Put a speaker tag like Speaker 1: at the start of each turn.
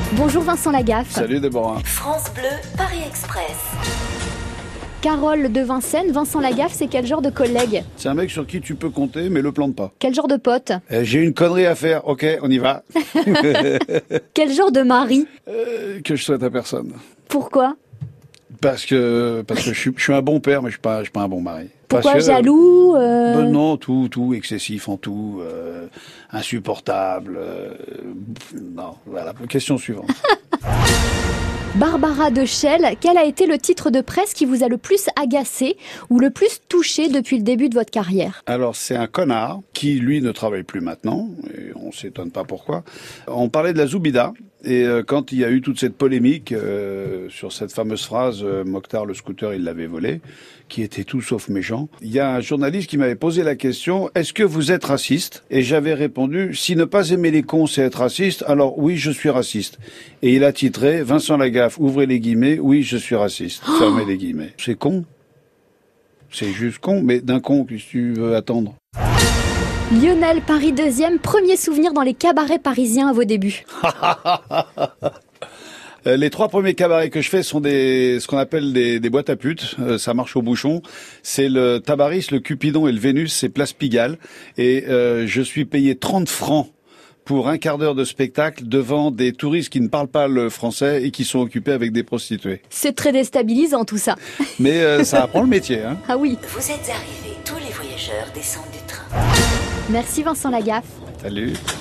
Speaker 1: Bonjour Vincent Lagaffe.
Speaker 2: Salut Déborah.
Speaker 3: France Bleu, Paris Express.
Speaker 1: Carole de Vincennes, Vincent Lagaffe, c'est quel genre de collègue?
Speaker 2: C'est un mec sur qui tu peux compter, mais le plante pas.
Speaker 1: Quel genre de pote?
Speaker 2: J'ai une connerie à faire, ok, on y va.
Speaker 1: Quel genre de mari?
Speaker 2: Que je souhaite à personne.
Speaker 1: Pourquoi?
Speaker 2: Parce que je suis un bon père, mais je suis pas un bon mari.
Speaker 1: Pourquoi
Speaker 2: Parce que,
Speaker 1: jaloux
Speaker 2: non, tout excessif en tout, insupportable. Non, voilà. Question suivante.
Speaker 1: Barbara de Chelles, quel a été le titre de presse qui vous a le plus agacé ou le plus touché depuis le début de votre carrière?
Speaker 2: Alors, c'est un connard qui, lui, ne travaille plus maintenant, et on s'étonne pas pourquoi. On parlait de la Zoubida, et quand il y a eu toute cette polémique sur cette fameuse phrase « Mokhtar, le scooter, il l'avait volé », qui était tout sauf méchant, il y a un journaliste qui m'avait posé la question « Est-ce que vous êtes raciste ?» Et j'avais répondu « Si ne pas aimer les cons, c'est être raciste, alors oui, je suis raciste. » Et il a titré « Vincent Lagaffe, ouvrez les guillemets, oui, je suis raciste. » Fermez les guillemets. C'est con. C'est juste con, mais d'un con, qu'est-ce que tu veux attendre?
Speaker 1: Lionel, Paris 2e, premier souvenir dans les cabarets parisiens à vos débuts.
Speaker 2: Les 3 premiers cabarets que je fais sont ce qu'on appelle des boîtes à putes. Ça marche au bouchon. C'est le Tabaris, le Cupidon et le Vénus. C'est Place Pigalle. Et je suis payé 30 francs pour un quart d'heure de spectacle devant des touristes qui ne parlent pas le français et qui sont occupés avec des prostituées.
Speaker 1: C'est très déstabilisant tout ça.
Speaker 2: Mais ça apprend le métier, hein.
Speaker 1: Ah oui.
Speaker 3: Vous êtes arrivés, tous les voyageurs descendent du train.
Speaker 1: Merci Vincent Lagaffe.
Speaker 2: Salut.